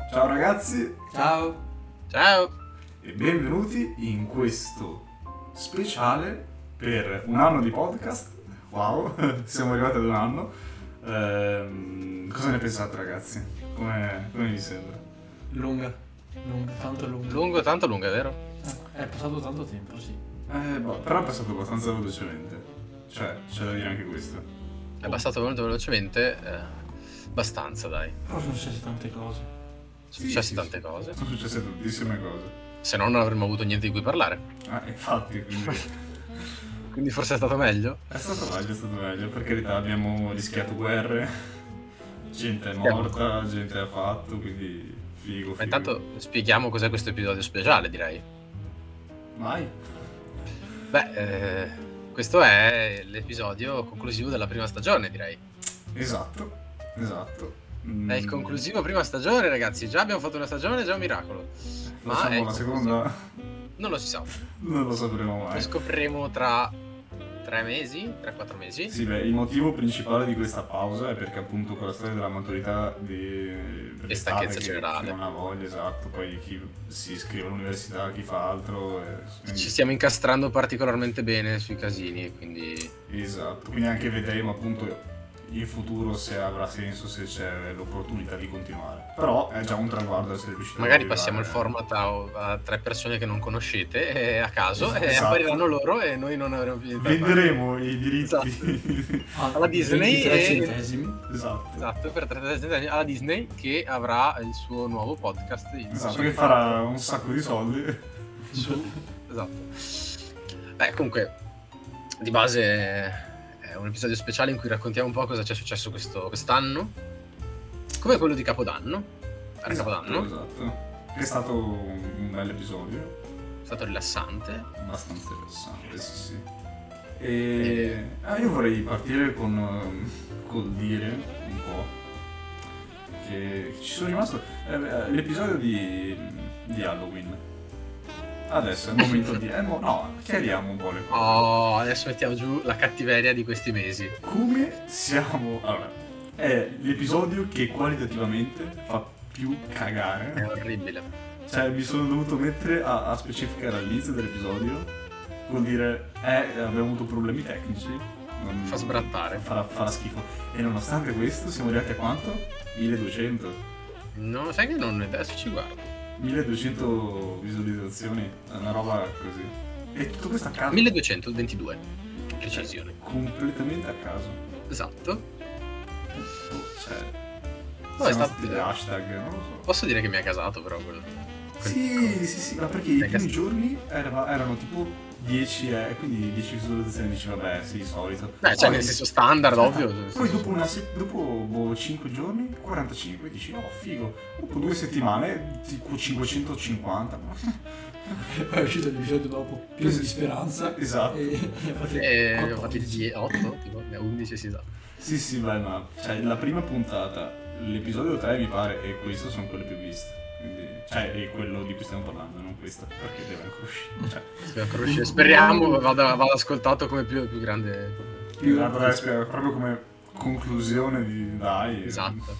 Ciao ragazzi Ciao. Ciao. e benvenuti in questo speciale per un anno di podcast. Wow, siamo arrivati ad un anno. Cosa ne pensate ragazzi? Come vi sembra? Lunga, tanto lunga. Lungo, tanto lungo, è vero? È passato tanto tempo, sì. Però è passato abbastanza velocemente. Cioè, c'è da dire anche questo. È passato molto velocemente, abbastanza dai. Però sono successe tante cose. Sono successe tante cose. Sono successe tantissime cose. Se no non avremmo avuto niente di cui parlare. Infatti, quindi Quindi forse è stato meglio. è stato meglio, per carità abbiamo rischiato guerre, gente è morta, gente ha fatto, quindi figo. Ma intanto spieghiamo cos'è questo episodio speciale, direi. Vai. Beh, questo è l'episodio conclusivo della prima stagione, direi. Esatto. È il conclusivo prima stagione, ragazzi. Già abbiamo fatto una stagione, è già un miracolo. Ma Facciamo è la seconda? Non lo si sa. Non lo sapremo Lo mai. scopriremo tra 3-4 mesi. Sì, beh, il motivo principale di questa pausa è perché appunto con la storia della maturità E stanchezza generale. non ha voglia, esatto, poi chi si iscrive all'università, chi fa altro. Quindi, Ci stiamo incastrando particolarmente bene sui casini, quindi esatto, quindi anche vedremo appunto in futuro se avrà senso, se c'è l'opportunità di continuare. Però è già un traguardo essere riusciti magari ad passiamo il arrivare. format a 3 persone che non conoscete a caso e Esatto. appariranno loro e noi non avremo più niente da fare. Venderemo i diritti. Alla Disney 23 e- centesimi. Esatto. Per 3 alla Disney che avrà il suo nuovo podcast Esatto, che farà un sacco di soldi. Esatto. Beh, comunque di base è un episodio speciale in cui raccontiamo un po' cosa ci è successo quest'anno, come quello di Capodanno. Era Capodanno, Esatto. Che è stato un bel episodio, è stato rilassante. abbastanza interessante, sì. E io vorrei partire col dire un po' che ci sono rimasto l'episodio di Halloween. Adesso è il momento di no, chiariamo un po' le cose. Oh, adesso mettiamo giù la cattiveria di questi mesi. Come siamo? Allora, è l'episodio che qualitativamente fa più È cagare. orribile. Cioè, mi sono dovuto mettere a specificare all'inizio dell'episodio. Vuol dire, abbiamo avuto problemi tecnici. Fa sbrattare. Farà schifo. E nonostante questo, siamo arrivati a quanto? 1200. No, sai che non adesso ci guardo. 1200 visualizzazioni, una roba così. E tutto questo a caso. 1222. Precisione. Completamente a caso. Esatto. Cioè, No, è siamo stato- stati hashtag, non lo so. Posso dire che mi ha casato però quel Sì, ma perché i Perché primi sì. giorni erano tipo 10, quindi 10 visualizzazioni, dici vabbè, sì, solito. cioè Poi- nel senso standard, aspetta, ovvio. Poi dopo 5 giorni, 45, dici oh figo. Dopo 2 settimane, tipo 550. Poi è uscito l'episodio dopo, pieno di speranza. Esatto. E fate E ho fatto il 8, tipo 11, sì, esatto. Sì, beh, ma cioè, la prima puntata, l'episodio 3 mi pare, e questo sono quelle più viste. Quindi, cioè, è quello di cui stiamo parlando, non questa, perché deve ancora uscire. Cioè, Dobbiamo ancora uscire. Speriamo vada ascoltato come più grande. più in realtà, proprio come conclusione di dai. Esatto.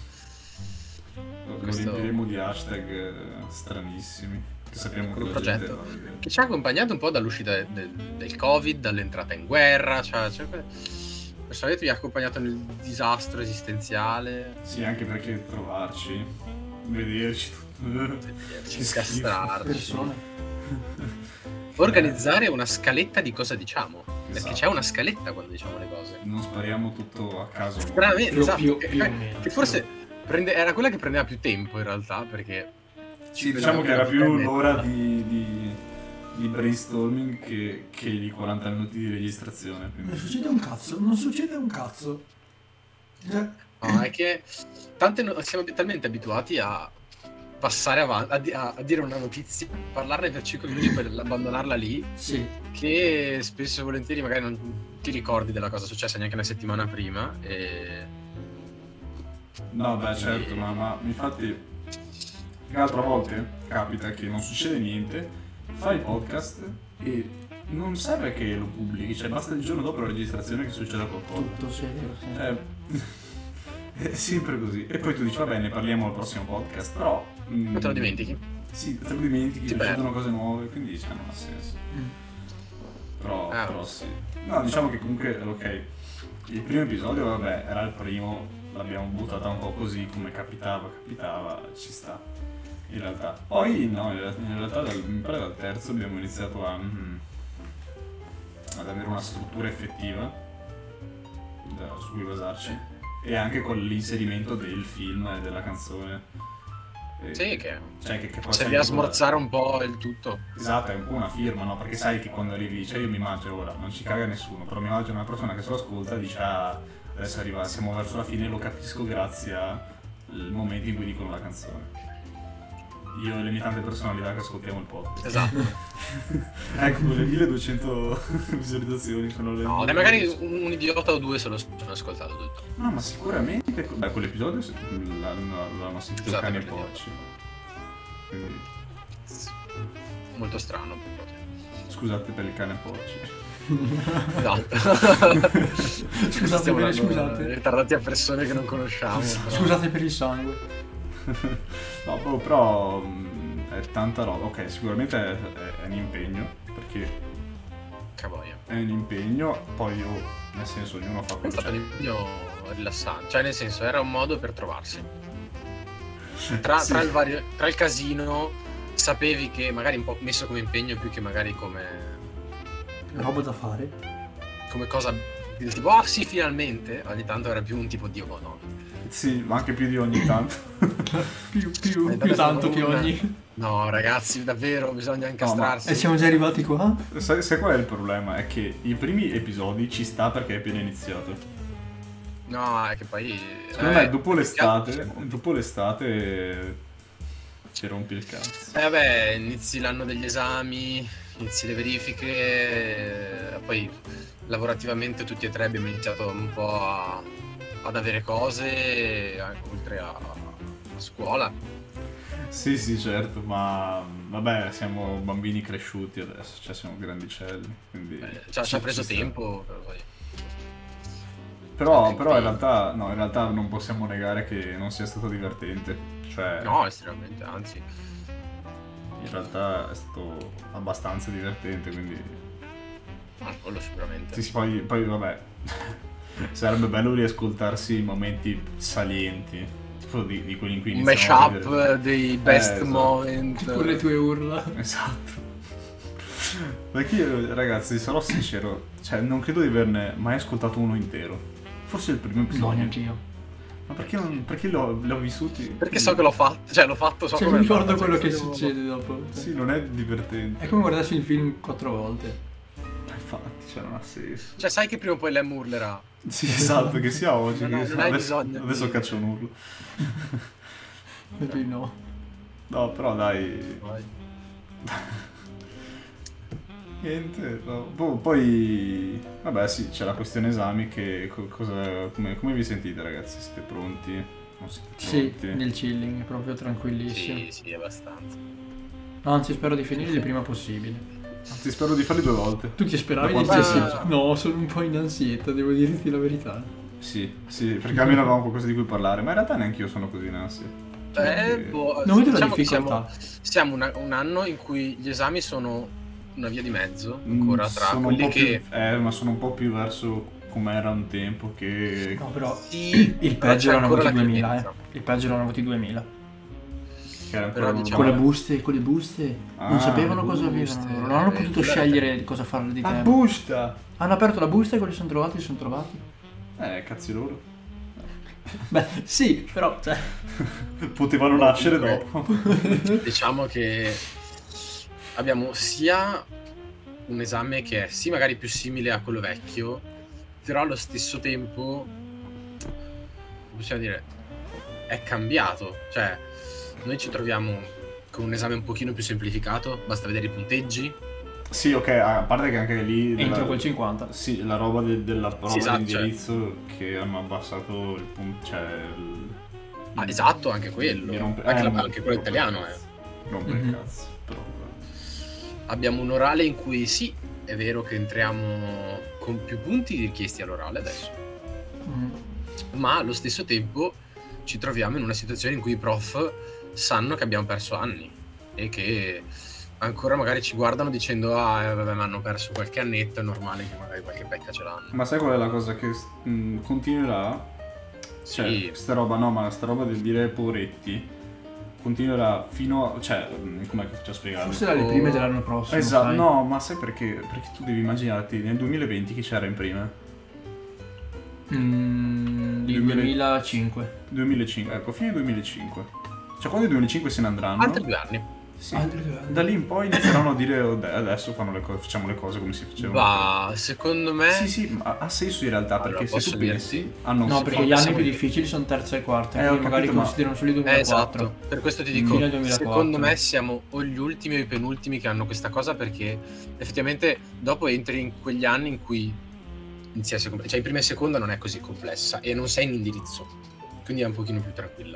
Lo Questo- riempiremo di hashtag stranissimi. Che sappiamo che Un la progetto gente va a vedere. che ci ha accompagnato un po' dall'uscita del Covid, dall'entrata in guerra, personalmente mi ha accompagnato nel disastro esistenziale, Sì, anche perché trovarci, vederci tutto. vederci, Che schifo. incastrarci, persone. organizzare una scaletta di cosa diciamo, perché Esatto. c'è una scaletta quando diciamo le cose. Non spariamo tutto a caso. Veramente, Più- esatto, più che- o meno. che forse era quella che prendeva più tempo in realtà, perché Sì, diciamo che era più l'ora di brainstorming che i 40 minuti di registrazione. Non Quindi. succede un cazzo. Cioè, no, è che siamo talmente abituati a passare avanti, a dire una notizia, parlarne per 5 minuti per abbandonarla lì, sì. che spesso e volentieri magari non ti ricordi della cosa successa neanche una settimana prima e No, beh, certo, ma infatti altre volte capita che non succede niente, fai il podcast e non serve che lo pubblichi, cioè basta il giorno dopo la registrazione che succeda qualcosa. Tutto, sì, è vero, sì. Cioè, È sempre così. E poi tu dici, va bene, parliamo al prossimo podcast, però... Non te lo dimentichi. Sì, te lo dimentichi, Sì, succedono cose nuove, quindi non ha senso. Però sì. No, diciamo che comunque, ok, il primo episodio, vabbè, era il primo, l'abbiamo buttata un po' così, come capitava, ci sta. In realtà. Poi, no, in realtà mi pare dal terzo abbiamo iniziato ad avere una struttura effettiva su cui basarci. E anche con l'inserimento del film e della canzone. Sì, che poi serve a smorzare un po' il tutto. Esatto, è un po' una firma, no? Perché sai che quando arrivi, cioè io mi immagino ora, non ci caga nessuno, però mi immagino una persona che se lo ascolta e dice adesso siamo verso la fine, lo capisco grazie al momento in cui dicono la canzone. Io e le mie tante personalità che ascoltiamo il podcast. Esatto. Ecco, le 1200 visualizzazioni sono le... No, magari un idiota o due se lo sono ascoltato tutto. No, ma sicuramente... Beh, quell'episodio l'hanno sentito Scusate Cani e per Porci. Quindi... Molto strano. Scusate per il Cane e Porci. Esatto. Scusate bene, scusate. Ritardati a persone che non conosciamo. Però. Scusate per il sangue. No, però è tanta roba. Ok, sicuramente è un impegno, perché Cavoia. è un impegno, poi nel senso ognuno fa È quello stato un che impegno rilassante, cioè nel senso era un modo per trovarsi. Sì. Tra il casino sapevi che magari un po' messo come impegno più che magari come Roba da fare. cosa del tipo ah sì finalmente, ogni tanto era più un tipo di oh no. Sì, ma anche più di ogni tanto. Più Dai, tanto che una- ogni. No ragazzi davvero bisogna incastrarsi. E siamo già arrivati qua? Sai qual è il problema? È che i primi episodi ci sta perché è appena iniziato. No è che poi Secondo me dopo l'estate ci rompi il cazzo. vabbè inizi l'anno degli esami, inizi le verifiche, poi lavorativamente tutti e tre abbiamo iniziato un po' ad avere cose oltre a scuola. Sì, certo, ma vabbè, siamo bambini cresciuti adesso, cioè siamo grandicelli, quindi... Ci ha preso sta. tempo, però poi... Però in realtà non possiamo negare che non sia stato divertente, cioè... No, estremamente, anzi. In realtà è stato abbastanza divertente, quindi... Quello sicuramente. Sì, poi vabbè, sarebbe bello riascoltarsi i momenti salienti, tipo di quelli in cui Un iniziamo a mashup vedere- dei best esatto. moment. Con le tue urla. Esatto. Perché io, ragazzi, sarò sincero, cioè non credo di averne mai ascoltato uno intero. Forse il primo No, episodio. neanche io. Ma perché l'ho vissuti? Perché so che l'ho fatto, so Cioè, come mi ricordo è andata, quello cioè, che devo- succede dopo. Sì, non è divertente. È come guardarsi il film 4 volte. Infatti, cioè non ha senso. Cioè, sai che prima o poi Lem urlerà. Sì, esatto, che sia oggi. Non che hai adesso, bisogno adesso di- caccio un urlo. E poi no. No, però dai. Vai. Niente, no. Poi vabbè sì, c'è la questione esami che come vi sentite ragazzi? Siete pronti? Non siete Sì, pronti? nel chilling, proprio tranquillissimo. Sì, abbastanza. Anzi, spero di finire il prima possibile. Anzi, spero di farli 2 volte. Tu ti speravi Da di quanto- sì. No, sono un po' in ansietta, devo dirti la verità. Sì, perché almeno avevamo qualcosa di cui parlare, ma in realtà neanche io sono così in ansia. Boh, Non vedo la diciamo che difficoltà. siamo un anno in cui gli esami sono una via di mezzo ancora tra Sono un quelli po' che... ma sono un po' più verso come era un tempo che... No, però Sì, il però peggio c'è erano ancora voti la 2000, clemenza. Il peggio erano voti 2000. che era Però ancora diciamo- normale. Con le buste. Ah, Non sapevano le cosa buste, avevano. Non hanno potuto quella scegliere cosa fare di La tempo. busta! Hanno aperto la busta e quelli sono trovati, si sono trovati. Cazzi loro. Beh, sì, però, cioè... Potevano nascere Comunque- dopo. Diciamo che abbiamo sia un esame che è sì magari più simile a quello vecchio, però allo stesso tempo possiamo dire è cambiato, cioè noi ci troviamo con un esame un pochino più semplificato, basta vedere i punteggi. Sì, ok, a parte che anche lì... Entro quel 50. Sì, la roba della prova Sì, esatto, di indirizzo che hanno abbassato il punto, cioè... Esatto, anche quello. mi rompe- Anche quello rompe italiano, il cazzo. Rompe il Mhm. cazzo, però... Abbiamo un orale in cui sì, è vero che entriamo con più punti richiesti all'orale adesso. Mm. ma allo stesso tempo ci troviamo in una situazione in cui i prof sanno che abbiamo perso anni e che ancora magari ci guardano dicendo vabbè, ma hanno perso qualche annetto, è normale che magari qualche becca ce l'hanno. Ma sai qual è la cosa che continuerà? Cioè, Sì. sta roba del dire poveretti continuerà fino a... cioè, com'è che faccio a spiegarlo? Forse dalle prime dell'anno prossimo. Esatto, sai? no, ma sai perché? Perché tu devi immaginarti nel 2020 chi c'era in prima? Del 2005. 2005, ecco, fine 2005. Cioè quando il 2005 se ne andranno, Altri 2 anni. sì, Altri 2 anni. da lì in poi inizieranno a dire "Oh, dai, adesso facciamo le cose come si facevano". Ma secondo me Sì, ma ha senso in realtà, Allora, perché se posso tu dirti? pensi hanno No, un perché gli anni più difficili sono terza e quarta, ho quindi magari capito, ma- considerano solo il 2004. esatto, per questo ti dico, Fine 2004. secondo me siamo o gli ultimi o i penultimi che hanno questa cosa, perché effettivamente dopo entri in quegli anni in cui inizi a essere cioè in prima e seconda non è così complessa e non sei in indirizzo, quindi è un pochino più tranquilla.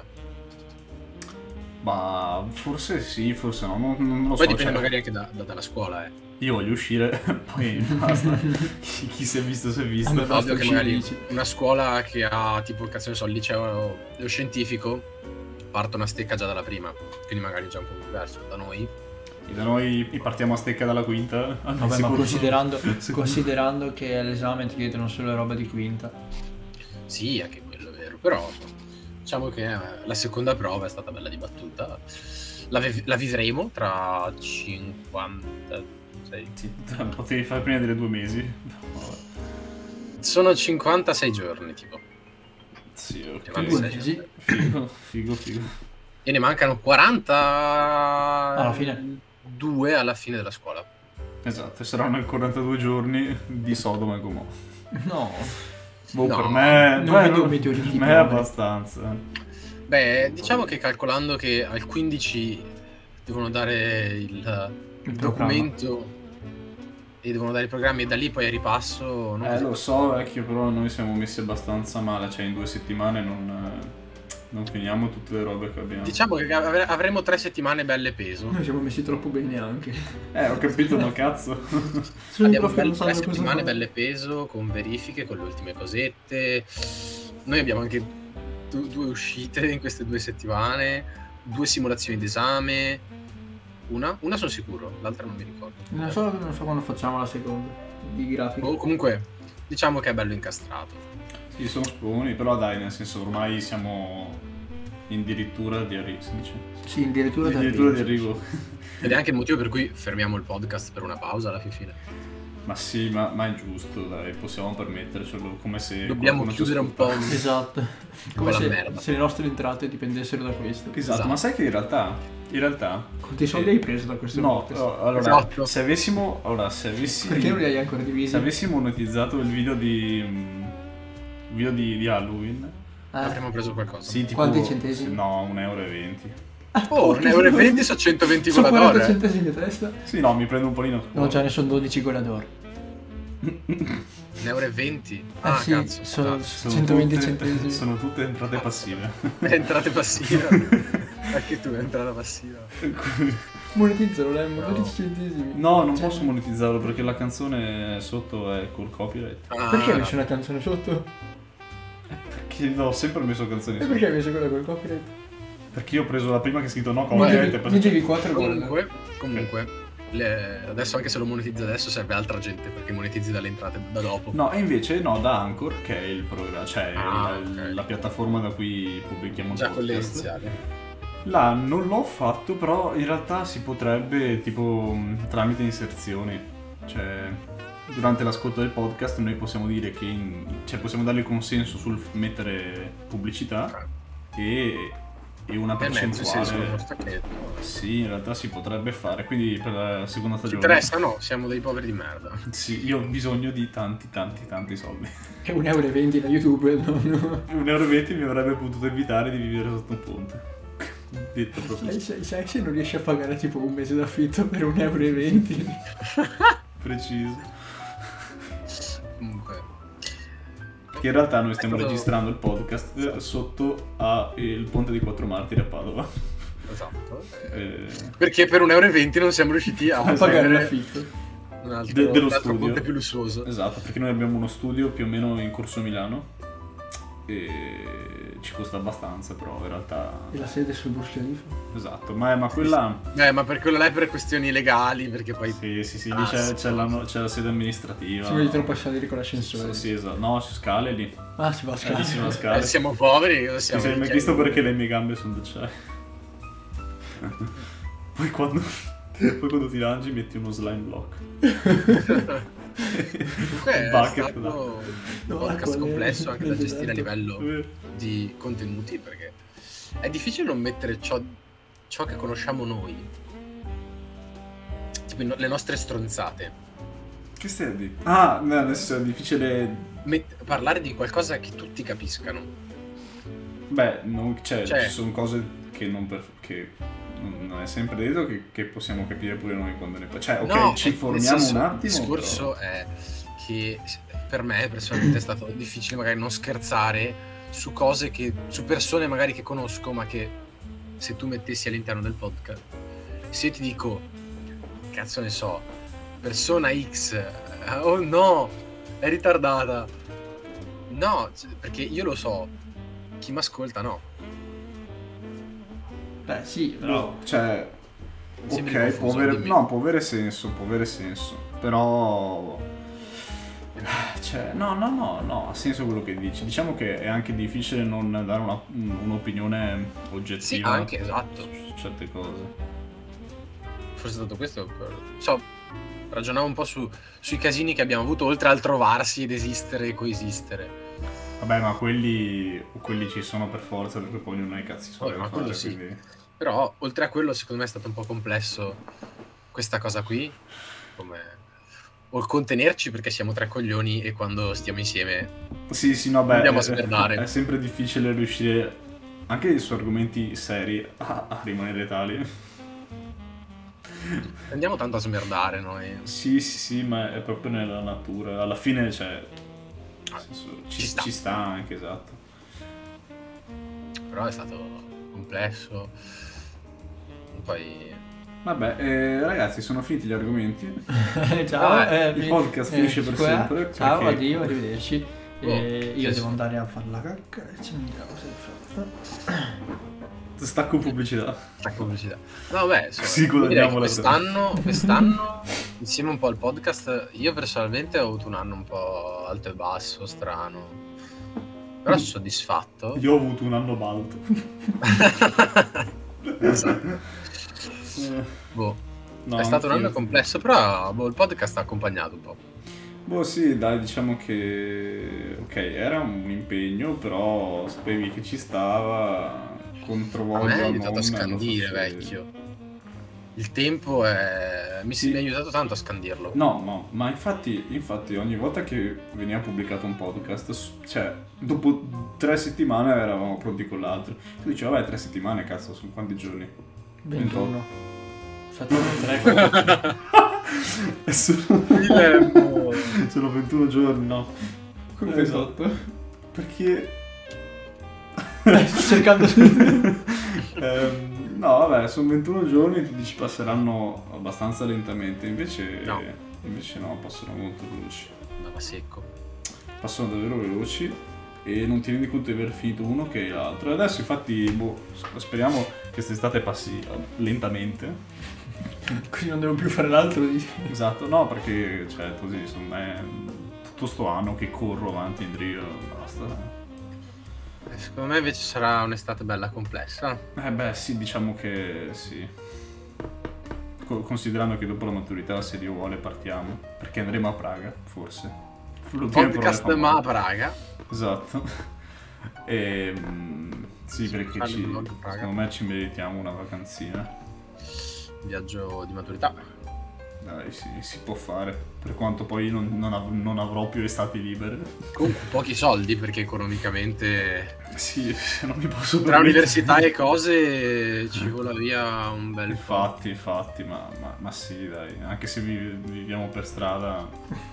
Ma forse sì, forse no, non lo Poi so. dipende Cioè, magari anche dalla scuola, io voglio uscire, poi basta. Chi si è visto si è visto. Vabbè, basta Ovvio che uscire, magari dici. una scuola che ha tipo, cazzo ne so, il liceo lo scientifico partono a stecca già dalla prima, quindi magari già un po' diverso da noi. Da noi partiamo a stecca dalla quinta. Vabbè, ma considerando che all'esame ti chiedono solo roba di quinta. Sì, anche quello è vero, però diciamo che la seconda prova è stata bella dibattuta. La vivremo tra 56. Sì, potevi fare prima delle 2 mesi. Sono 56 giorni, tipo. Sì, ok. Ma Due sei- mesi. Figo. E ne mancano 40 Alla fine. 2 alla fine della scuola. Esatto, saranno 42 giorni di Sodoma e Gomorra. No. Boh, No, per me, non vedo meteoriti per me è piovere. abbastanza. Beh, diciamo che calcolando che al 15 devono dare il documento e devono dare i programmi e da lì poi a ripasso non Lo so, vecchio, però noi siamo messi abbastanza male, cioè in 2 settimane non finiamo tutte le robe che abbiamo. diciamo che avremo 3 settimane belle peso. Noi siamo messi troppo bene anche. Ho capito, ma cazzo. Sono i Abbiamo prof che non 3 sanno cosa settimane fare. belle peso con verifiche, con le ultime cosette. Noi abbiamo anche 2 uscite in queste 2 settimane, 2 simulazioni d'esame. Una sono sicuro, l'altra non mi ricordo. Non so quando facciamo la seconda di grafica. Comunque, diciamo che è bello incastrato. Sì, sono sponi, però dai, nel senso ormai siamo addirittura di arrivo, si dice. Sì, addirittura Addirittura di arrivo. Ed è anche il motivo per cui fermiamo il podcast per una pausa alla fine. Ma sì, ma è giusto, dai, possiamo permettercelo, come se Dobbiamo qualcuno ci chiudere un po'. ascoltasse. Esatto. Come la se, merda. se le nostre entrate dipendessero da questo. Esatto, ma sai che in realtà Quanti soldi hai preso da questo no, podcast? allora, Esatto. se avessimo Perché non li hai ancora se divisi? avessimo monetizzato il video di Halloween, Avremmo preso qualcosa. sì, tipo Quanti centesimi? No, 1,20 €. Oh, 1,20 € su 120 Su 40 golador. centesimi a testa? Sì, no, mi prendo un polino. No, ce ne sono 12 golador. 1,20 €. Ah, sì, Cazzo. sono scusate. 120 centesimi. Sono tutte entrate passive. Entrate passive. Anche tu, entrata passiva. Monetizzano, dai, No. 12 centesimi. No, non Cioè, posso monetizzarlo perché la canzone sotto è col copyright. Perché hai messo una canzone sotto? Perché no, ho sempre messo canzoni E sotto. perché hai messo quella col copyright? Perché io ho preso la prima che è scritto no Mi copyright. devi, e mi devi 4 Comunque, adesso anche se lo monetizzi adesso serve altra gente perché monetizzi dalle entrate da dopo. No, e invece no, da Anchor, che è il programma, cioè ok. la piattaforma da cui pubblichiamo il Già con le podcast. iniziali. Là non l'ho fatto, però in realtà si potrebbe tipo tramite inserzioni, cioè durante l'ascolto del podcast noi possiamo dire che cioè possiamo dargli consenso sul mettere pubblicità e una Per me si uno percentuale. stacchetto. Sì, in realtà si potrebbe fare, quindi per la seconda Ci stagione. interessa? No, siamo dei poveri di merda. Sì, io ho bisogno di tanti soldi. Che 1,20 € da YouTube, no? 1,20 € mi avrebbe potuto evitare di vivere sotto un ponte. Detto proprio Sai se non riesci a pagare tipo un mese d'affitto per 1,20 €? preciso. Comunque, Che in realtà noi stiamo Ecco. registrando il podcast sotto il ponte di Quattro Martiri a Padova. esatto. Eh, Perché per 1,20 € non siamo riusciti a A pagare prendere l'affitto. un altro, dello un altro studio. ponte più lussuoso. esatto, perché noi abbiamo uno studio più o meno in Corso Milano e ci costa abbastanza, però in realtà... E la sede sul Burj Khalifa? Esatto, ma quella... ma per quello là è per questioni legali, perché poi... Sì, lì c'è la sede amministrativa. Si vede troppo salire con l'ascensore. Sì, esatto. No, su scale lì. Ah, si va a scalare. Si va a scale. siamo poveri, cosa siamo? Ti sei mai visto perché le mie gambe sono d'acciaio? Poi quando ti lanci metti uno slime block. Comunque è Bucket, stato un podcast qual è? complesso anche da gestire a Esatto. livello di contenuti, perché è difficile non mettere ciò che conosciamo noi, tipo le nostre stronzate. Che stai a dire? Ah, no, adesso è difficile... Parlare di qualcosa che tutti capiscano. Beh, ci Cioè- sono cose che che non è sempre detto che possiamo capire pure noi quando ne cioè, ok, No, ci nel formiamo senso, un attimo. Il discorso però... è che per me personalmente è stato difficile magari non scherzare su cose su persone magari che conosco, ma che se tu mettessi all'interno del podcast, se io ti dico, cazzo ne so, persona X, oh no, è ritardata. No, perché io lo so, chi mi ascolta no. Beh, sì, però... Cioè, Mi sembri ok, confuso, dimmi. può avere senso, però... Cioè, no, ha senso quello che dici. Diciamo che è anche difficile non dare un'opinione oggettiva. Sì, anche, esatto. Su certe cose. Forse è stato questo. Ragionavo un po' sui casini che abbiamo avuto, oltre al trovarsi ed esistere e coesistere. Vabbè, ma quelli ci sono per forza, perché poi ognuno ha i cazzi suoi. Ma quello sì. Però, oltre a quello, secondo me è stato un po' complesso questa cosa qui, o il contenerci, perché siamo tre coglioni e quando stiamo insieme Sì, no, beh, andiamo a smerdare. è sempre difficile riuscire, anche su argomenti seri, a rimanere tali. Andiamo tanto a smerdare noi. Sì, ma è proprio nella natura. Alla fine, cioè, nel senso, Ci sta. anche, esatto. Però è stato complesso. Poi... Vabbè, ragazzi, sono finiti gli argomenti. Ciao, il podcast finisce per sempre, Ciao, perché- addio, arrivederci. Io sì. devo andare a fare la cacca e ci andiamo sempre. Stacco pubblicità. La pubblicità. No, beh, Sì, direi che guadagniamo la quest'anno, insieme un po' al podcast, io personalmente ho avuto un anno un po' alto e basso, strano. Però sono soddisfatto. Io ho avuto un anno baldo. Esatto. Boh. No, È stato un anch'io. anno complesso, però il podcast ha accompagnato un po'. Boh, sì, dai, diciamo che... Ok, era un impegno, però sapevi che ci stava, A controvoglia me ha o aiutato a non, scandire, forse- vecchio. Il tempo mi ha aiutato tanto a scandirlo. No, ma infatti ogni volta che veniva pubblicato un podcast, cioè, dopo 3 settimane eravamo pronti con l'altro. Tu dici, vabbè, 3 settimane, cazzo, sono quanti giorni? 21. 3. Sono 21 giorni, no? Come Esatto. Perché... Sto cercando no, vabbè, sono 21 giorni, tu dici passeranno abbastanza lentamente, invece No. Passano molto veloci. Andava secco. Passano davvero veloci e non ti rendi conto di aver finito uno che l'altro. E adesso infatti, speriamo che quest'estate passi lentamente. Così non devo più fare l'altro. Esatto, no, perché cioè così, insomma, è tutto sto anno che corro avanti e indietro, basta. Secondo me invece sarà un'estate bella complessa. Beh, sì, diciamo che sì. Considerando che dopo la maturità, se Dio vuole, partiamo. Perché andremo a Praga, forse. L'ultima Podcast parola ma a famosa. Praga. Esatto. E, sì, perché Fare il vlog a Praga. secondo me ci meritiamo una vacanzina. Viaggio di maturità. Dai, sì, si può fare. Per quanto poi non avrò più estati libere. Con pochi soldi, perché economicamente Sì, non mi posso tra permettere. università e cose ci vola via un bel po'. Infatti, ma sì, dai, anche se viviamo per strada,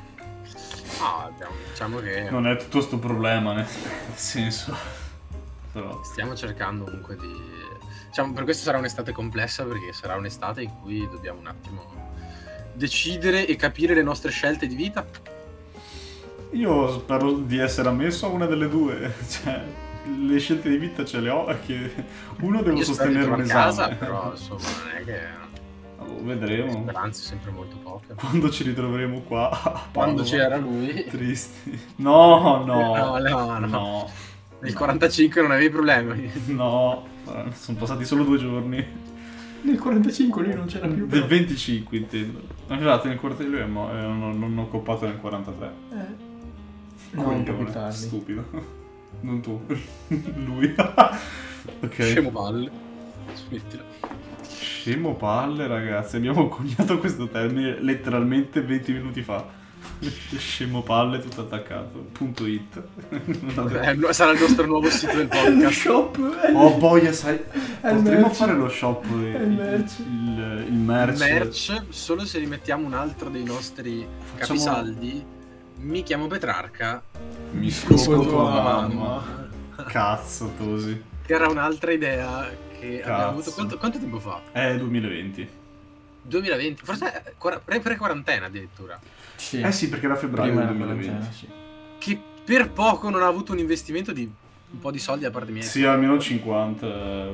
Diciamo che non è tutto sto problema, nel senso. Però, stiamo cercando comunque di... Diciamo, per questo sarà un'estate complessa, perché sarà un'estate in cui dobbiamo un attimo decidere e capire le nostre scelte di vita. Io spero di essere ammesso a una delle due. Cioè, le scelte di vita ce le ho, è che uno devo Io spero sostenere di un tornare a esame. casa, però insomma non è che Allora, vedremo. speranze sempre molto poche. Quando ci ritroveremo qua a Quando Padova. c'era lui, Tristi. No, no. No. No. nel 45 non avevi problemi. No. Sono passati solo 2 giorni. Nel 45 lui non c'era più. Del 25 intendo. Infatti nel quartiere lui non ho coppato nel 43. No, un po' più Coglione, tardi. stupido. Non tu. Lui. Ok. Scemo palle. Smettila. Scemo palle, ragazzi. Abbiamo coniato questo termine letteralmente 20 minuti fa. Scemo palle tutto attaccato. .it. Sarà il nostro nuovo sito del Lo podcast. shop. Oh boia, sai. È il Potremmo merch. fare lo shop. È il merch. Il merch. Merch, solo se rimettiamo un altro dei nostri Facciamo- capisaldi. Mi chiamo Petrarca. Mi Scopo scopo tua tua mamma. mamma. Cazzo, Tosi. Che era un'altra idea che Cazzo. abbiamo avuto quanto tempo fa? 2020. 2020, forse pre-quarantena addirittura. Sì. Eh sì, perché era febbraio Prima del della 2020. quarantena, sì. Che per poco non ha avuto un investimento di un po' di soldi da parte mia. Sì, almeno 50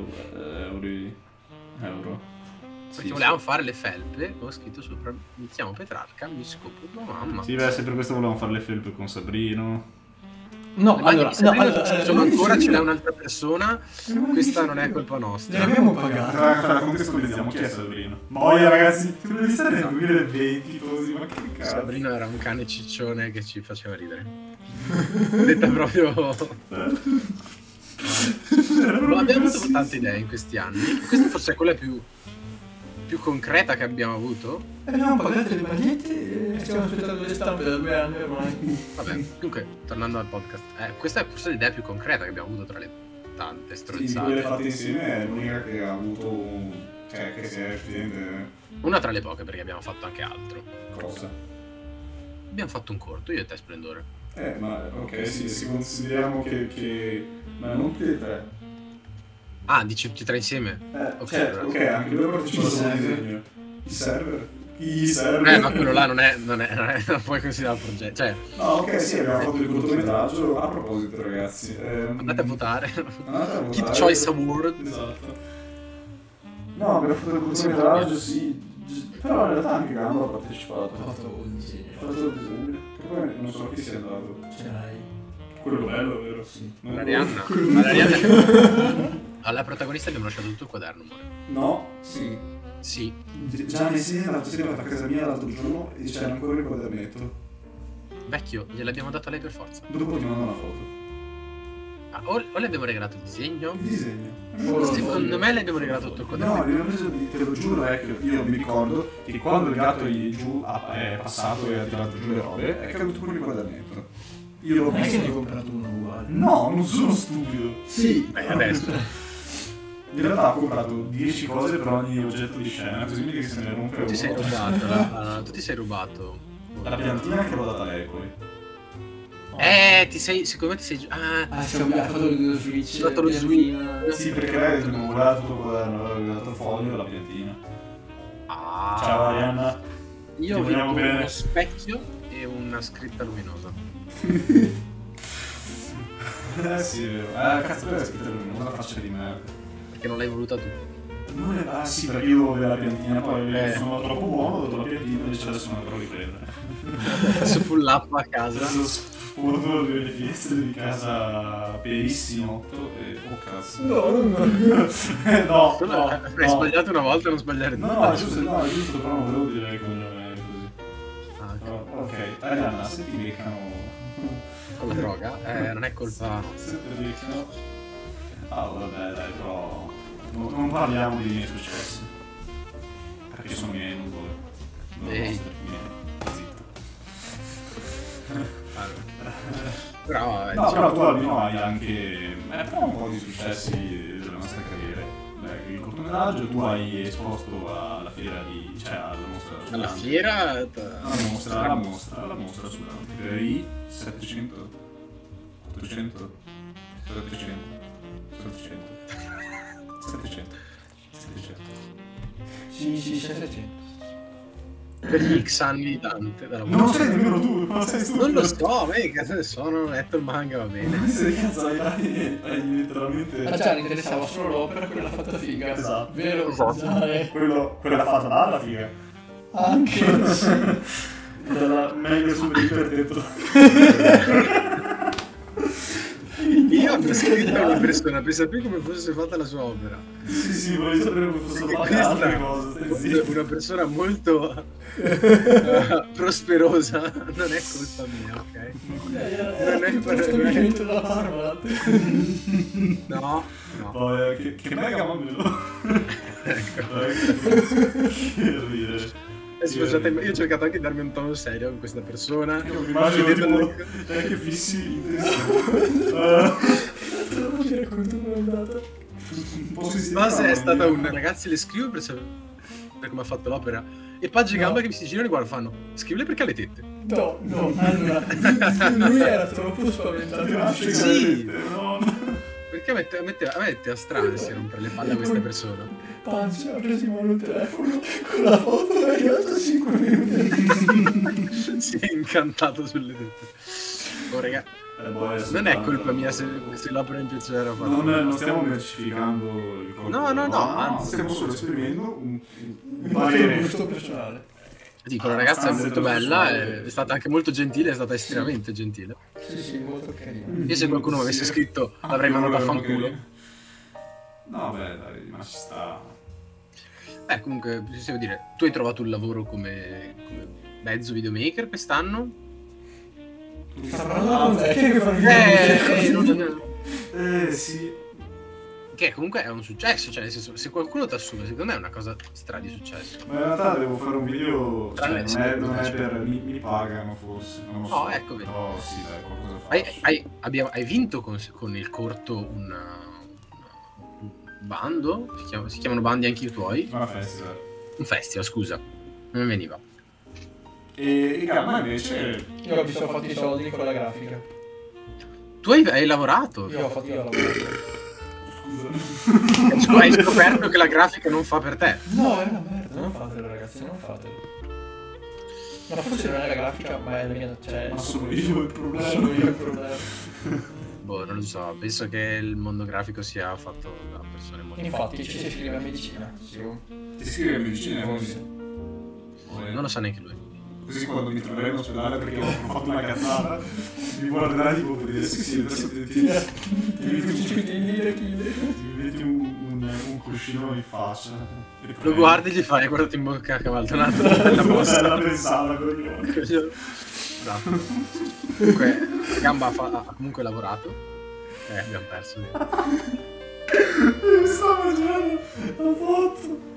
euro. Perché volevamo fare le felpe, ho scritto sopra mi chiamo Petrarca, mi scopo tua mamma. Sì, beh, se per questo volevamo fare le felpe con Sabrino. No, Le maglie allora, di Sabrina no, non ci sono ancora, ce l'è un'altra persona. Questa non è colpa Le nostra. abbiamo pagate. Contestualizziamo chi è Sabrino. Boia, ragazzi, sembra di stare nel 2020, così, ma che cazzo. Sabrina era un cane ciccione che ci faceva ridere. Detta proprio. Era Abbiamo avuto tante idee in questi anni. Questa forse è quella più concreta che abbiamo avuto. Abbiamo pagato le magliette e stiamo aspettando le stampe da 2 anni ormai. Vabbè, comunque, tornando al podcast, questa è forse l'idea più concreta che abbiamo avuto tra le tante Sì, di quelle strozzate. fatte insieme è l'unica che ha avuto. Cioè, che si è effettivamente. Una tra le poche, perché abbiamo fatto anche altro. Cosa? Abbiamo fatto un corto, io e te, Splendore. Ma ok, sì, se consideriamo che. Ma non tutti e tre. Ah, dici tutti e tre insieme? Ok, certo, allora. ok, anche lui ha partecipato al disegno. I server? I server? Ma quello là non puoi considerare un progetto. Cioè, No, ok, sì, abbiamo fatto il cortometraggio. A proposito, ragazzi. andate a votare. Andate a votare. Kid Choice Award. Esatto. No, abbiamo fatto il cortometraggio, sì. Però in realtà anche Gamba ha partecipato. Ho fatto un disegno. Ha fatto il disegno. Che poi non so chi sia andato. C'erai. Quello bello, vero? Sì. Non Arianna. quello- Arianna. Alla protagonista abbiamo lasciato tutto il quaderno, amore. No, sì. Sì. Già ne sei l'altro sera a casa mia l'altro giorno e c'era ancora il quadernetto. Vecchio, gliel'abbiamo dato a lei per forza. Dopo ti mando una foto. Ah, o le abbiamo regalato il disegno. Il disegno. Secondo me le abbiamo regalato tutto il No, quaderno. li abbiamo preso, te lo giuro, io mi ricordo che quando il gatto giù è passato e ha tirato giù le robe, è caduto pure il quadernetto. Io l'ho Non è che visto. ne hai comprato uno uguale. No, non sono stupido. Sì. Beh, adesso. In realtà ho comprato 10 cose per ogni oggetto di scena, così mi dici che se ne rompe Tu ti sei uno. rubato. Tu ti sei rubato. La piantina che l'ho data a lei poi. Secondo me ti sei. Ah, siamo ha fatto lo switch. Ho fatto lo switch. Sì, perché lei non voleva tutto il quaderno, aveva dato il foglio e la piantina. Ah. Ciao Arianna. Io Ti ho vogliamo vinto bene. uno specchio e una scritta luminosa. Sì, è vero. Cazzo, tu hai scritto una faccia di merda. Perché non l'hai voluta tu. Ah sì, perché io avevo la piantina, poi sono troppo buono, ho dato la piantina, invece adesso non la dovrò riprendere. Adesso pull up a casa. Adesso sfondo le finestre di casa perissimo e... Oh cazzo. No, no, Hai sbagliato una volta, non sbagliare due. No, è giusto, però non volevo dire come è così. Ah, ok. Però, ok, Arianna, se ti beccano... Con la droga, non è colpa nostra. Se ti beccano... Ah, vabbè, dai, però... Non parliamo dei miei successi. Perché sono miei, non vuoi. Non Ehi. nostri, miei. Zitto. Però, No, però tu almeno hai anche però un po' di successi della nostra carriera. Beh, il cortometraggio tu hai esposto alla fiera di... cioè alla mostra alla Sull'Antico. fiera. alla mostra sull'Antico. I 700 800 700 700 Sì, 700. per gli X anni di Dante dalla Non lo sai nemmeno tu, ma sei stupido. Non lo so, ma che cazzo ne so, non ho letto il manga, va bene. Ma se cazzo hai letteralmente... A Gianni interessava solo l'opera, quella fatta figa. Esatto. Vero? Esatto. Quella fatta dalla figa. Anche. Dalla meglio super divertito. Io ho scritto una persona per sapere come fosse fatta la sua opera. Sì, voglio sapere come fossero fatte Questa altre cose, stai zitto. una persona molto prosperosa non è colpa mia, ok? Non è per scorrimento della Marmalat. No. Poi, che mega mamelo. Ecco. Che ridere. Scusate, io ho cercato anche di darmi un tono serio con questa persona. Io mi immagino tipo te che fissi in testa. Non ti racconto come è andata. Base è stata un ragazzi le scrivo per sapere come ha fatto l'opera. E Paggi e Gamba che mi si girano e guarda fanno scrivile perché ha le tette. No, allora lui era troppo spaventato. Sì. Perché a me mette a strano se rompere le palle a questa persona. Panzi ha preso in mano il telefono con la foto e è arrivato a 5 minuti. Si è incantato sulle tette. Oh raga, non è colpa mia se l'opera mi piaceva fatta. Non stiamo mercificando il colpo. No, anzi stiamo solo esprimendo un gusto personale. Dico, la ragazza è molto bella, è stata anche molto gentile, è stata estremamente gentile. Sì, molto carina. Io se qualcuno mi avesse scritto l'avrei mandato a fanculo. No, beh, dai, ma ci sta. Comunque, devo dire, tu hai trovato un lavoro come mezzo videomaker quest'anno? Sta parlando con te, che fa Sì. Che comunque è un successo, cioè nel senso, se qualcuno ti assume, secondo me è una cosa stra di successo. Ma in realtà devo fare un video, cioè, Tranne non è per... mi pagano forse, non lo so. No, ecco, vedi. Però sì, dai, qualcosa faccio. Hai vinto con il corto un bando? Si chiamano bandi anche i tuoi? Una festival. Un festival, scusa. Non mi veniva. E Gamma invece... Io mi sono fatti i soldi con la grafica. Tu hai lavorato? Io ho lavorato. Tu hai scoperto che la grafica non fa per te. No, è una merda, non fatelo ragazzi, non fatelo. Ma forse non è la grafica, ma è la mia, cioè... Ma sono io il problema. Sono io il problema. Boh, non lo so, penso che il mondo grafico sia fatto da persone molto... Infatti ci si iscrive a medicina. Sì. Ti iscrivi a medicina forse? Non lo sa neanche lui. Così quando mi troverai in ospedale perché ho fatto una cazzata, mi guarderai tipo per dire sì, adesso ti metti un cuscino in faccia. Lo guardi e gli fai, guardati in bocca a cavaldonato la mossa. La pensava, coglione. Esatto. Comunque, Gamba ha comunque lavorato. Abbiamo perso. Stavo facendo la foto.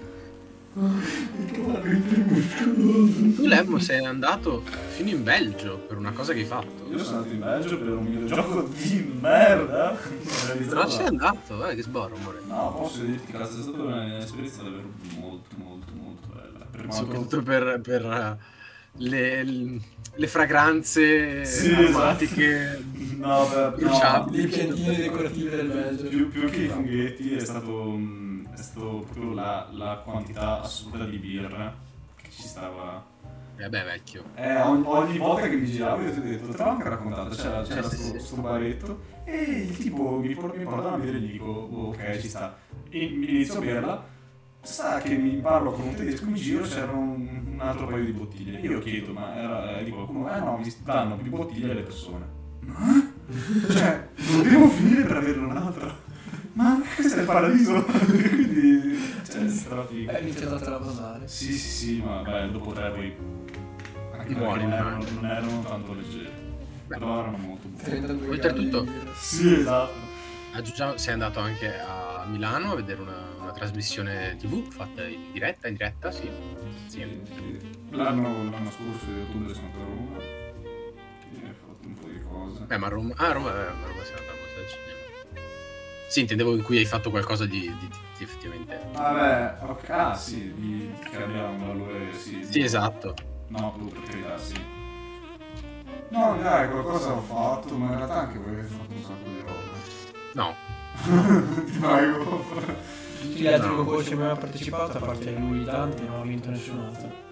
Tu Lemmo sei andato fino in Belgio per una cosa che hai fatto. Io sono andato in Belgio per un videogioco di merda. Non sei andato, che sborro, amore. No, posso dirti che è stata un'esperienza davvero molto bella. Soprattutto per le fragranze aromatiche, esatto. bruciabili. Le piantine decorative del Belgio. Più che i funghetti è stato proprio la quantità assoluta di birra che ci stava. Vabbè, vecchio. Ogni volta che mi giravo io ti ho detto, te l'ho anche raccontato, c'era sto baretto e il tipo mi portava a bere e gli dico, ok, ci sta. E mi inizio a berla, sa che mi parlo con un tedesco, mi giro, c'era un altro paio di bottiglie. Io chiedo, ma era di qualcuno? No, mi danno più bottiglie alle persone. Cioè, dobbiamo finire per averne un'altra. Ma questo è il paradiso. Quindi, cioè, strafigo. È iniziato a traballare. Sì, ma beh, dopo 3 poi anche Muori, non erano tanto leggeri. Però erano molto buoni. Oltretutto, Sì, esatto. aggiungiamo, sei andato anche a Milano a vedere una trasmissione TV fatta in diretta, sì. L'anno scorso di ottobre sono andato a Roma. E ho fatto un po' di cose. Ma Roma si è andata molto al cinema. Sì, intendevo in cui hai fatto qualcosa di effettivamente. Vabbè, ok, sì, che abbia un valore, sì. Sì, esatto. No, per carità, sì. No, dai, qualcosa ho fatto, ma in realtà anche voi avete fatto un sacco di roba. No. Ti prego. Tutti gli altri concorsi che abbiamo partecipato, a parte lui Dante, non ha vinto nessun altro.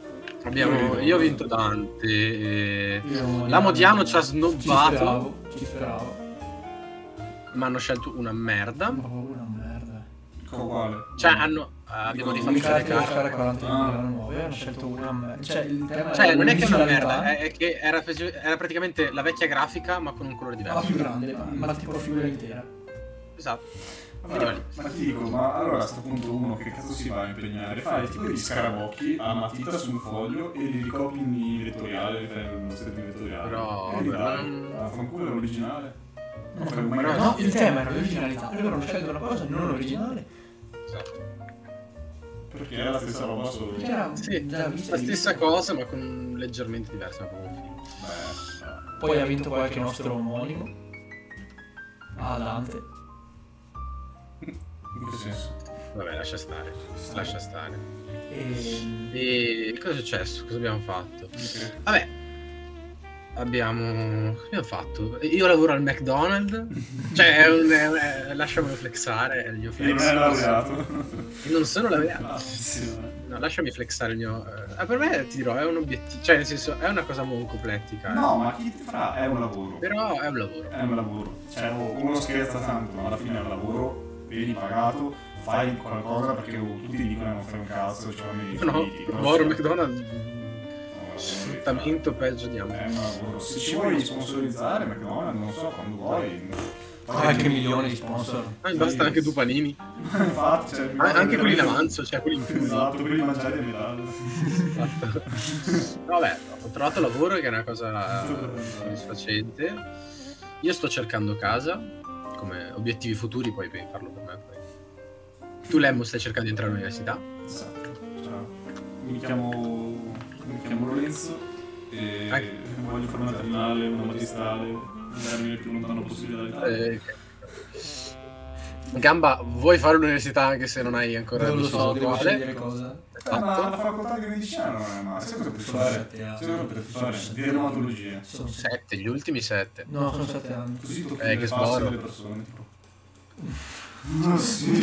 Io ho vinto Dante. La Modiano ci ha snobbato. Ci speravo. Ma hanno scelto una merda. Una merda. Quale? Cioè, abbiamo rifatto le carte. 40 nuove, hanno scelto una merda. Cioè, il tema Cioè, non è che è una l'originalità. merda, è che era praticamente la vecchia grafica, ma con un colore Ma diverso. più grande, ma tipo figura intera. Esatto. Allora, ma ti dico, ma allora a sto punto uno che cazzo si va a impegnare? Fai tipo degli scarabocchi a matita su un foglio e li ricopi in vettoriale, fai uno set di vettoriale. Però, e li però dai, non- fanculo l'originale. Non fai un Però mega- No, il tema era l'originalità. E loro hanno scelto una cosa non originale. Esatto. Perché è la stessa roba solo. Perché era Sì, già vista. la stessa cosa, ma con leggermente diversa come un film. Beh, Poi ha vinto qualche nostro omonimo. Ah, Dante. in che senso? Vabbè, lascia stare. Lascia stare. E... E cosa è successo? Cosa abbiamo fatto? Ok. Vabbè, abbiamo fatto? Io lavoro al McDonald's. Cioè, lasciamelo flexare, è il mio E non flex. è laureato. Non sono laureato. Malissimo. No, lasciami flexare il mio. Per me ti dirò, è un obiettivo. Cioè, nel senso, è una cosa molto plettica. No, ma chi ti fa? È un lavoro. Però è un lavoro. È un lavoro. Cioè, uno scherza tanto, ma alla fine è un lavoro, vieni pagato, fai qualcosa perché tutti dicono non fai un cazzo, cioè No, lavoro al McDonald's. Sfruttamento peggio di È amo. un lavoro. Se ci vuoi sponsorizzare McDonald's, non so, quando vuoi. Qualche milione di sponsor. Basta anche tu panini. Infatti, cioè, Anche quelli in avanzo, cioè quelli in più. Esatto, quelli mangiati a metà. Vabbè, ho trovato lavoro che è una cosa soddisfacente. Io sto cercando casa come obiettivi futuri, poi parlo per me. Poi. Tu, Lemmo, stai cercando di entrare all'università? Esatto. Ciao. Mi chiamo Lorenzo e voglio fare una triennale, una magistrale, andarmi il più lontano possibile dall'Italia. Gamba, vuoi fare l'università anche se non hai ancora Non lo deciso so, devo quale? scegliere cosa. Ma la facoltà di medicina non è male, sai cosa potresti fare? Sai cosa potresti fare? Di dermatologia. Sono 7, gli ultimi 7. No, sono 7 anni. Così tocchi Che le facce sboro. delle persone, tipo. Ah sì.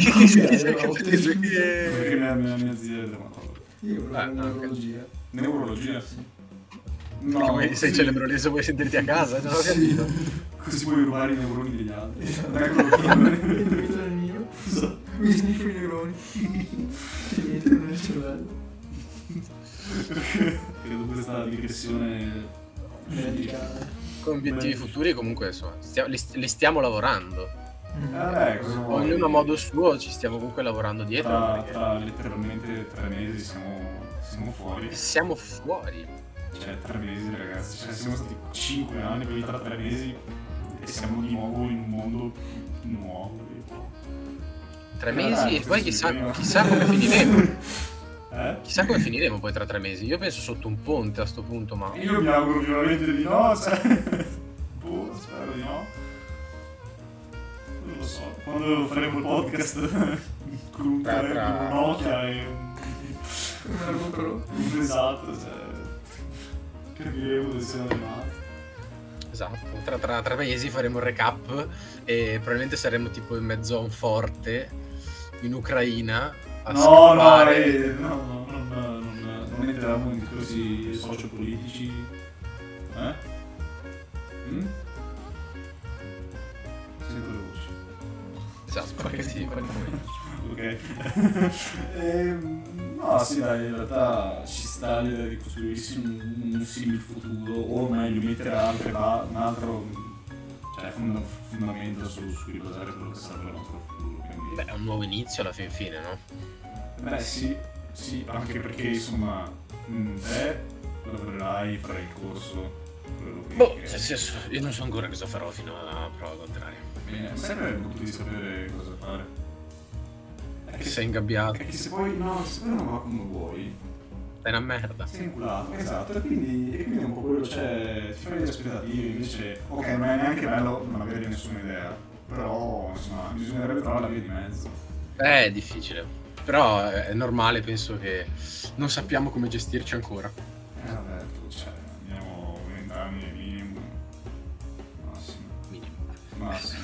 Perché mia zia è dermatologa. Io volevo no, neurologia. Neurologia? Sì. No, Sei sì. celebrolese, vuoi sentirti a casa? Non ho capito. Così puoi rubare i neuroni degli altri. Esatto. Eccolo qui. Questo è il mio. Mi sniffo i neuroni. Che entrano nel cervello. Credo questa digressione Medicale. Con obiettivi futuri comunque insomma, li stiamo lavorando. cosa vuoi? Ognuno a modo suo ci stiamo comunque lavorando dietro. perché Tra letteralmente 3 mesi siamo fuori. siamo fuori. Cioè 3 mesi ragazzi, cioè siamo stati 5 anni, quindi tra 3 mesi e siamo di nuovo in un mondo nuovo. 3 mesi e poi sì, chissà prima. come finiremo. Chissà come finiremo poi tra 3 mesi. Io penso sotto un ponte a sto punto, ma. Io mi auguro vivamente di no, cioè. Boh, spero di no. Non lo so. Quando faremo il podcast con un Tra- telefono, un Nokia e Un un esatto, cioè. Capiremo dove siamo rimasti. Esatto, tra 3 mesi faremo il recap e probabilmente saremo tipo in mezzo a un forte in Ucraina a No, scappare. non entriamo in discorsi sociopolitici. Sento le voci. Esatto, perché sì. Ok. No, sì, dai, in realtà ci sta l'idea di costruirsi un simile futuro, o meglio, mettere un altro cioè, fondamento su cui basare quello che sarà il nostro futuro. Quindi... Beh, è un nuovo inizio alla fin fine, no? Beh, sì, anche perché insomma, te lavorerai, farai il corso. Quello che Boh, nel senso, io non so ancora cosa farò fino a prova contraria. Bene, sempre il punto di sapere cosa fare. È Che sei ingabbiato, È che se poi non va come vuoi, è una merda. sei inculato, esatto, e quindi è un po' quello, cioè, ti fai le aspettative, invece, ok, non è neanche bello non avere nessuna idea, però, insomma, bisognerebbe trovare la via di mezzo. È difficile, però è normale, penso che non sappiamo come gestirci ancora. Vabbè, cioè, andiamo 20 anni minimo,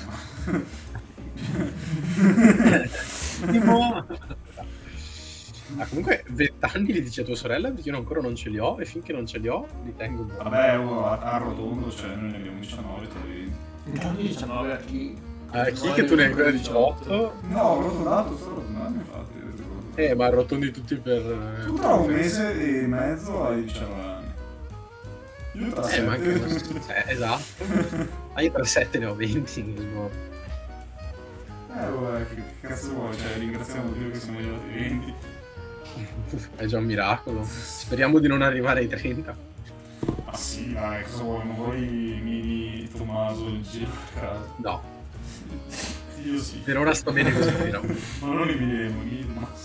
massimo. Comunque 20 anni li dice a tua sorella, perché io ancora non ce li ho e finché non ce li ho li tengo buoni. Vabbè, arrotondo, cioè noi ne abbiamo 19, te lo vedi. Intanto 19 a chi? Chi che tu ne hai ancora 18? No, ho arrotondato, sto arrotondando infatti. Ma arrotondi tutti per... Tu tra un mese e mezzo hai 19 anni. Io tra 7. ma anche... esatto. Io tra 7 ne ho 20. Quindi... Vabbè, che cazzo vuoi? Cioè, ringraziamo Dio che siamo arrivati ai 20. È già un miracolo. Speriamo di non arrivare ai 30. Ma sì, dai, cosa vuoi? Non vuoi mini Tommaso in giro a casa? No. Io sì. Per ora sto bene così, però. Ma non li Lemmo, mini Tommaso.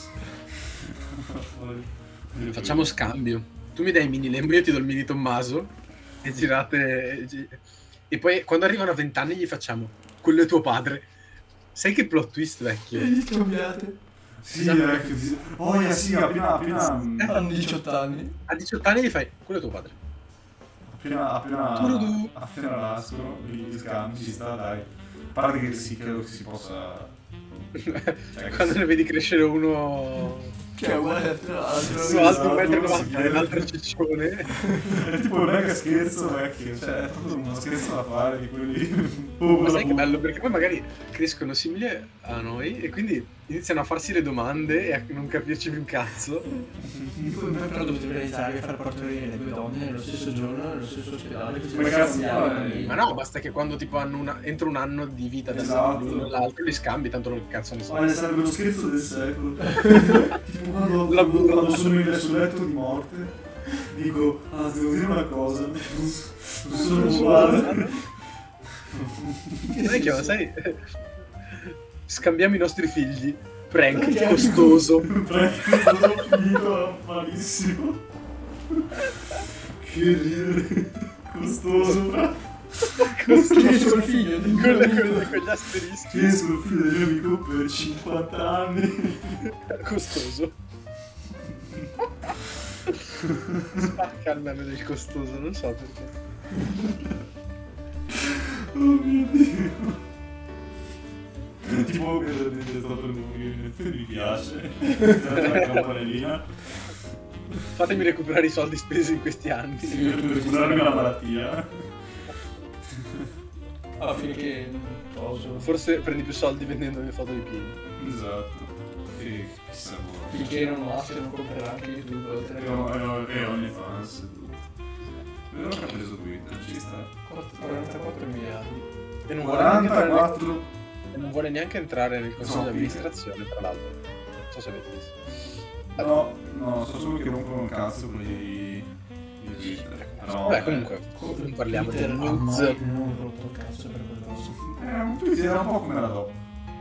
Facciamo scambio. Tu mi dai il mini Lembo, io ti do il mini Tommaso. E girate... E poi quando arrivano a 20 anni gli facciamo: quello è tuo padre. Sai che plot twist, vecchio? E gli scambiate. Sì, vecchio. Oh, yeah, sì, appena Hanno 18 anni. A 18 anni gli fai: quello è tuo padre. appena nascono, gli scambi, ci sta, dai. A parte che sì, credo che si possa... Quando ne vedi crescere uno... Che è uguale all'altro. Su alto 1,90 m e l'altro ciccione. È tipo un mega scherzo vecchio, cioè è proprio uno scherzo da fare di quelli... Ma sai che bello, perché poi magari crescono simili a noi e quindi iniziano a farsi le domande e a non capirci più un cazzo. Poi però dovete realizzare che far partorire le due donne nello stesso giorno, nello stesso ospedale. Come cazzo fai? Ma no, basta che quando tipo hanno entro un anno di vita da Esatto. l'uno all'altro li scambi, tanto non cazzo ne so. Ma sarebbe lo scherzo del secolo. Tipo quando sono sul letto di morte, dico, ah, devo dire una cosa, non sono uguale. Sai che sai? Scambiamo i nostri figli. Prank costoso. Prank finito malissimo. Che ridere. Costoso. Costruisco il figlio di con gli asterischi. Chiesto il figlio del mio amico per 50 anni. Costoso. Spacca il meme del costoso, non so perché. Oh mio Dio. Tipo che è stato il movimento, mi piace. La campanellina. Fatemi recuperare i soldi spesi in questi anni. Per curarmi la malattia. Alla fine che poso. Forse prendi più soldi vendendo le foto di piedi. Esatto. E chissà cosa. Finché non maschio non comprerà anche YouTube. E OnlyFans e tutto. Vedo che ha preso Twitter, ci sta. 44 miliardi. E non 44. Non vuole neanche entrare nel consiglio No, di amministrazione, tra l'altro. Non so se avete visto. No, so solo che rompono un cazzo quelli di Twitter. Però, Beh, comunque, non parliamo di news. Non ho rotto il cazzo per quel coso. un Twitter era un po' come la do.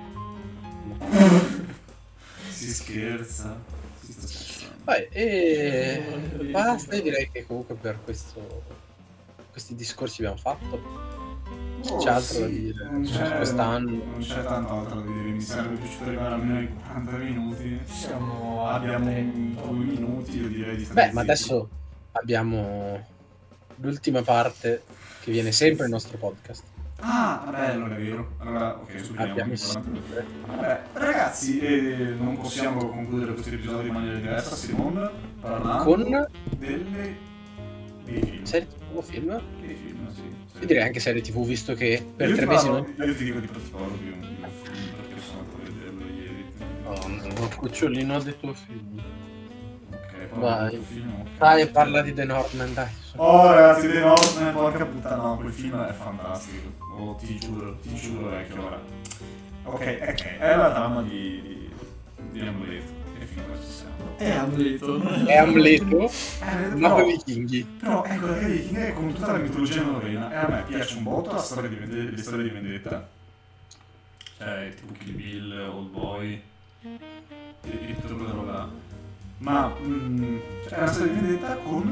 Si scherza. Si sta scherzando. Vai, e basta, io direi che comunque per questi discorsi abbiamo fatto. C'è altro da dire quest'anno? Non c'è tanto altro da dire, mi sarebbe piaciuto arrivare almeno ai 40 minuti. Abbiamo 2 minuti, io direi di stare. Beh, ma adesso abbiamo l'ultima parte che viene sempre nel nostro podcast. Ah, vabbè, allora è vero. Allora, ok, subiamo. Abbiamo sempre. Vabbè, ragazzi, non possiamo concludere questo episodio in maniera diversa se non parlando con dei film. Serie TV film? Dei film, sì. Io direi anche serie TV, visto che per Io 3 ti mesi parlo- non... Io ti dico di parlo di un film perché sono andato a vederlo ieri. Oh, no, cucciolino ha detto film. Ok, poi Vai. quel film, ok. Dai, parla di The Northman, dai. Oh ragazzi, The Northman, porca puttana, no, quel film è fantastico. Oh, ti giuro vecchio, ora. Ok, è la trama di Amleto. E fin qua ci siamo. È Amleto. È Amleto, ma No, con i vichinghi. però ecco, la Viking è con tutta la mitologia norrena e a me piace un botto le storie di vendetta. Cioè, tipo Kill Bill, Old Boy e tutta quella roba là. Ma cioè, è una storia di vendetta con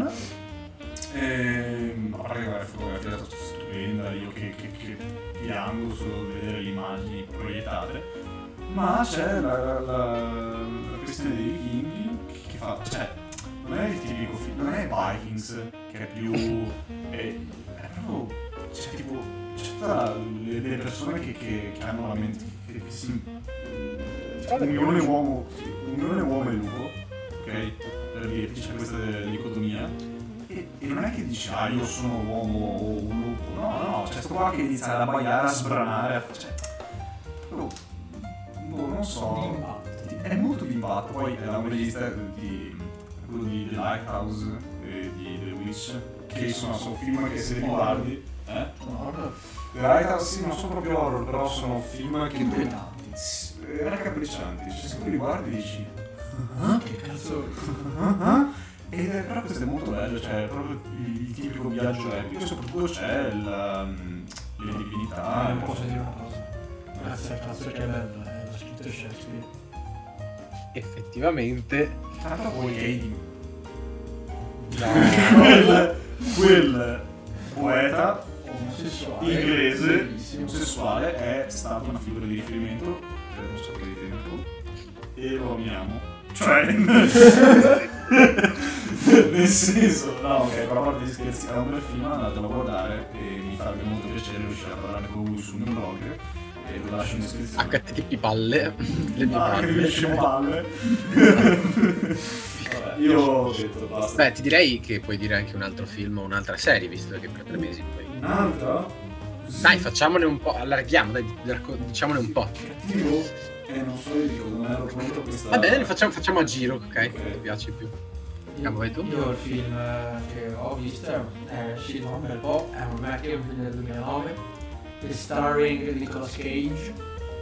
a parte che la fotografia è stupenda, io che piango solo vedere le immagini proiettate, ma c'è la questione dei vichinghi che fa, cioè non è il tipico film, non è Vikings che è più è proprio, c'è tipo c'è tutta le persone che hanno la mente che si unione uomo e lupo ok? Per dirti, c'è questa dicotomia. E non è che dici, io sono uomo o un lupo, no, c'è sto qua che inizia ad abbaiare, a sbranare, cioè, non so, è molto d'impatto. Poi è un regista di quello di The Lighthouse e di The Witch, che sono film che se li guardi, The Lighthouse sì, non sono proprio horror, però sono film che raccapriccianti, cioè se tu li guardi dici che cazzo. Però questo è molto bello, cioè proprio il tipico viaggio epico, e soprattutto c'è le divinità. Non posso dire una cosa. Grazie al cazzo che è bello, l'ha scritto Shakespeare. Effettivamente. Tanto poi quel poeta Omosessuale. inglese omosessuale è stata una figura di riferimento per un sacco di tempo e lo amiamo. Cioè nel senso, no, ok, però a parte gli scherzi, è un bel film, andatelo a guardare e mi farebbe molto piacere riuscire a parlare con lui sul mio blog e lo lascio in descrizione. HTTP palle. Le mie Che mi esce palle. palle. Vabbè, io ho detto basta. Beh, ti direi che puoi dire anche un altro film o un'altra serie, visto che per 3 mesi poi. Un'altra? Dai, facciamone un po', allarghiamo, dai, diciamone un po'. Cattivo? Non so, io dico, non ero pronto a questa. Va bene, facciamo a giro, ok? Ti piace più. Vai tu? Io il film che ho visto è uscito un bel po', è un vecchio, un film del 2009, starring Nicolas Cage.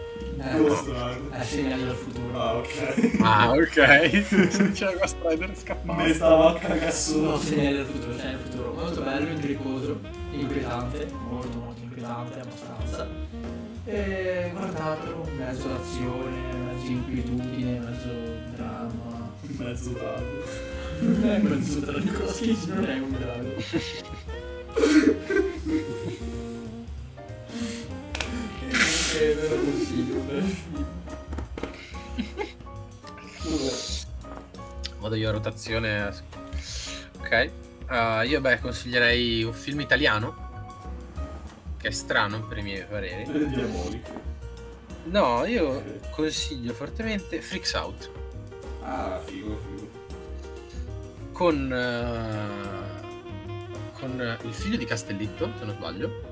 È Segnali del futuro. Ah, ok. Ah, ok. Se diceva Ghost Rider scappava. Me stavo a cagasso. No, Segnali del futuro, Segnali del futuro. Molto bello, intricoso, inquietante, molto molto inquietante, abbastanza. E guardatelo, mezzo d'azione, mezzo inquietudine, mezzo dramma. Mezzo drago. Non è mezzo dramma, Nicolas Cage non è un drago. Ve lo consiglio, bel film. Vado io a rotazione. Ok. Io consiglierei un film italiano. Che è strano per i miei pareri. È diabolico. No, io consiglio fortemente Freaks Out. Ah, figo. Con il figlio di Castellitto, se non sbaglio.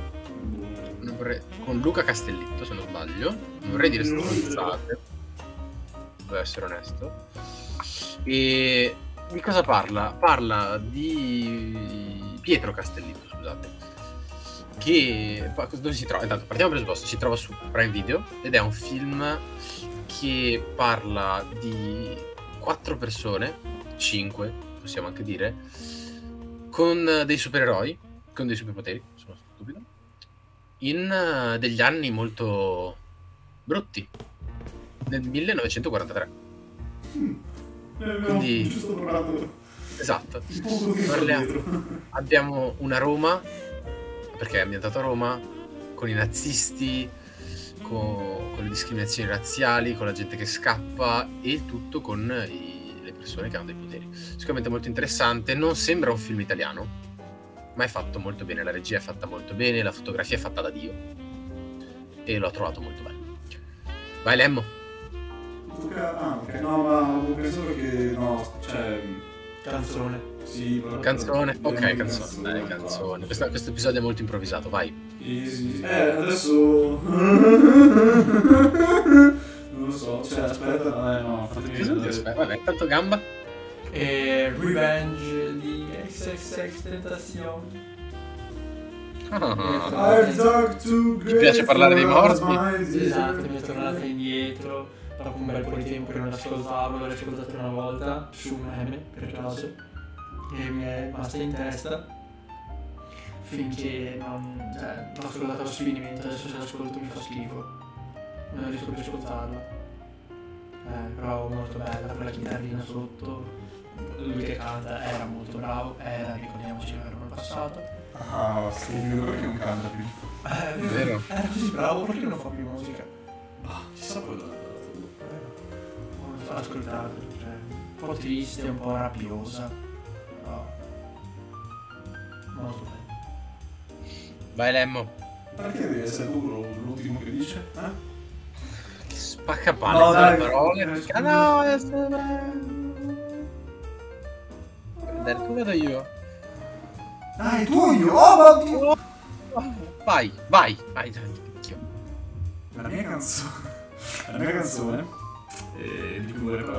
Con Luca Castellitto, se non sbaglio. Non vorrei dire stronzate, devo essere onesto. E di cosa parla? Parla di Pietro Castellitto, scusate. Che dove si trova? Intanto partiamo dal presupposto, si trova su Prime Video ed è un film che parla di 4 persone, 5 possiamo anche dire, con dei supereroi, con dei superpoteri, sono stupido, in degli anni molto brutti, nel 1943. Quindi giusto provato. esatto. Un poco che Abbiamo una Roma, perché è ambientato a Roma, con i nazisti, con le discriminazioni razziali, con la gente che scappa e il tutto con le persone che hanno dei poteri. Sicuramente molto interessante, non sembra un film italiano, ma è fatto molto bene, la regia è fatta molto bene, la fotografia è fatta da Dio e l'ho trovato molto bello. Vai Lemmo. Ah, ok, no, ma penso che no, cioè Canzone. sì, Canzone, ok, canzone, dai, canzone. Questo episodio è molto improvvisato, vai. Sì. Adesso non lo so, cioè aspetta, no, fatemi Aspetta, vabbè, tanto gamba. E Revenge di XXX Tentacion. I've talked to Ti piace parlare dei morti? Esatto, mi è tornata indietro dopo un bel po' di tempo che non l'ascoltavo, l'ho riascoltato una volta su un M per caso e mi è rimasta in testa finché non l'ho ascoltato allo sfinimento. Adesso se l'ascolto mi fa schifo, non riesco più ad ascoltarla, però molto bella, quella chitarrina sotto, lui che canta era molto bravo, ricordiamoci che era il passato. Ah, sì, perché non canta più? Vero? Era così bravo, perché non fa più musica? Chissà quello. Non so ascoltarlo, cioè, un po' triste, un po' rabbiosa, però molto bello. Vai Lemmo. Perché deve essere tu l'ultimo che dice? Spacca palle No, dalle dai, parole. scusa. No, Tu vado io. Dai, tu o io? Oh, oddio! Vai, vai, vai. La mia canzone, di cui vorrei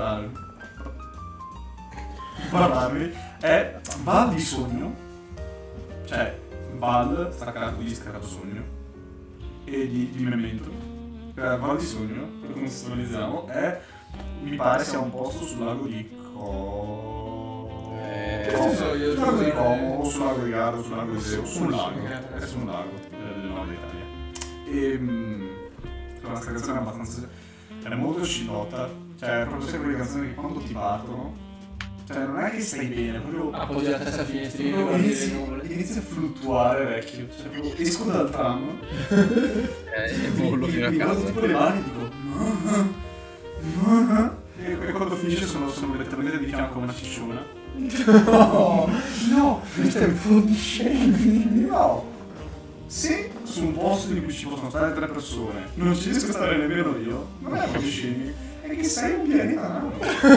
parlarvi, è Val di Sogno, cioè Val staccato di staccato sogno, e di Memento. Val di Sogno, per contestualizziamo, mi pare sia un posto sul lago di sul lago di Como, o sul lago di Garda, o sul lago di Seo, sul lago, è su un lago del nord Italia. Questa canzone è molto scillotta, cioè proprio sai quelle canzoni che quando ti partono, cioè non è che stai bene, proprio appoggi la testa a finestrino, inizi a fluttuare vecchio, cioè proprio esco dal tram e volo fino a mi guardo casa. tipo le mani e dico e quando finisce sono letteralmente di fianco a una cicciona. No, questo è un po' di scemi. no. Se su un posto in cui ci possono stare 3 persone non ci riesco a stare nemmeno io, non è proprio scemi, è che sei un pianeta nano.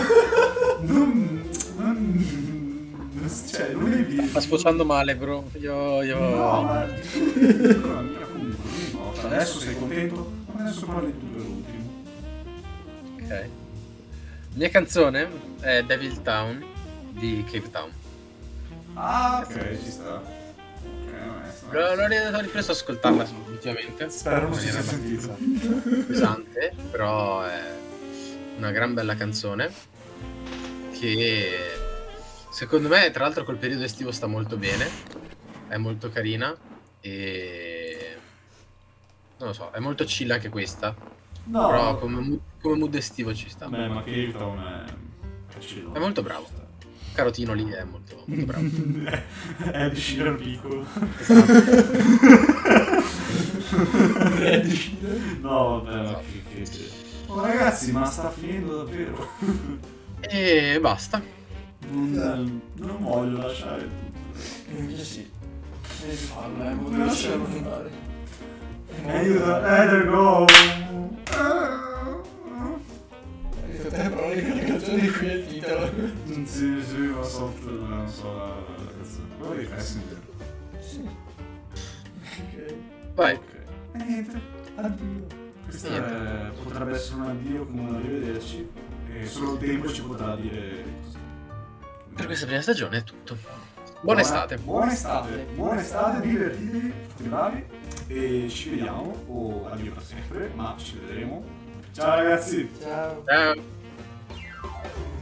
Cioè, non devi dire. Sta sfociando male, bro. No, ma comunque, adesso sei contento? Adesso parli tu per ultimo. Ok. Mia canzone è Devil Town di Cape Town. Ah, ok, ci sta. L'ho ripreso ad ascoltarla ultimamente. Spero non si sia sentito. Pesante, però è una gran bella canzone che secondo me tra l'altro col periodo estivo sta molto bene, è molto carina e non lo so, è molto chill anche questa, No, però come mood estivo ci sta. Beh, ma Cape Town È molto bravo. Carotino lì è molto bravo. È di Sheeran piccolo. No, vabbè, ma che... Oh, ragazzi, ma sta finendo davvero. E basta. Non voglio lasciare tutto. Invece sì. Devi farlo, devi lasciarlo andare. Aiuto, there go. Dico te però le canzoni qui è il titolo. Sì, ma non so la canzone. Quello di Messenger. Sì. Ok. Vai. Ok. E niente, addio. Questo potrebbe essere un addio come un arrivederci. E solo il tempo ci potrà dire così. Per questa prima stagione è tutto. Buona estate. Buona estate, divertitevi, fate bravi. E ci vediamo, o addio per sempre, ma ci vedremo. Ciao ragazzi! Ciao. Ciao.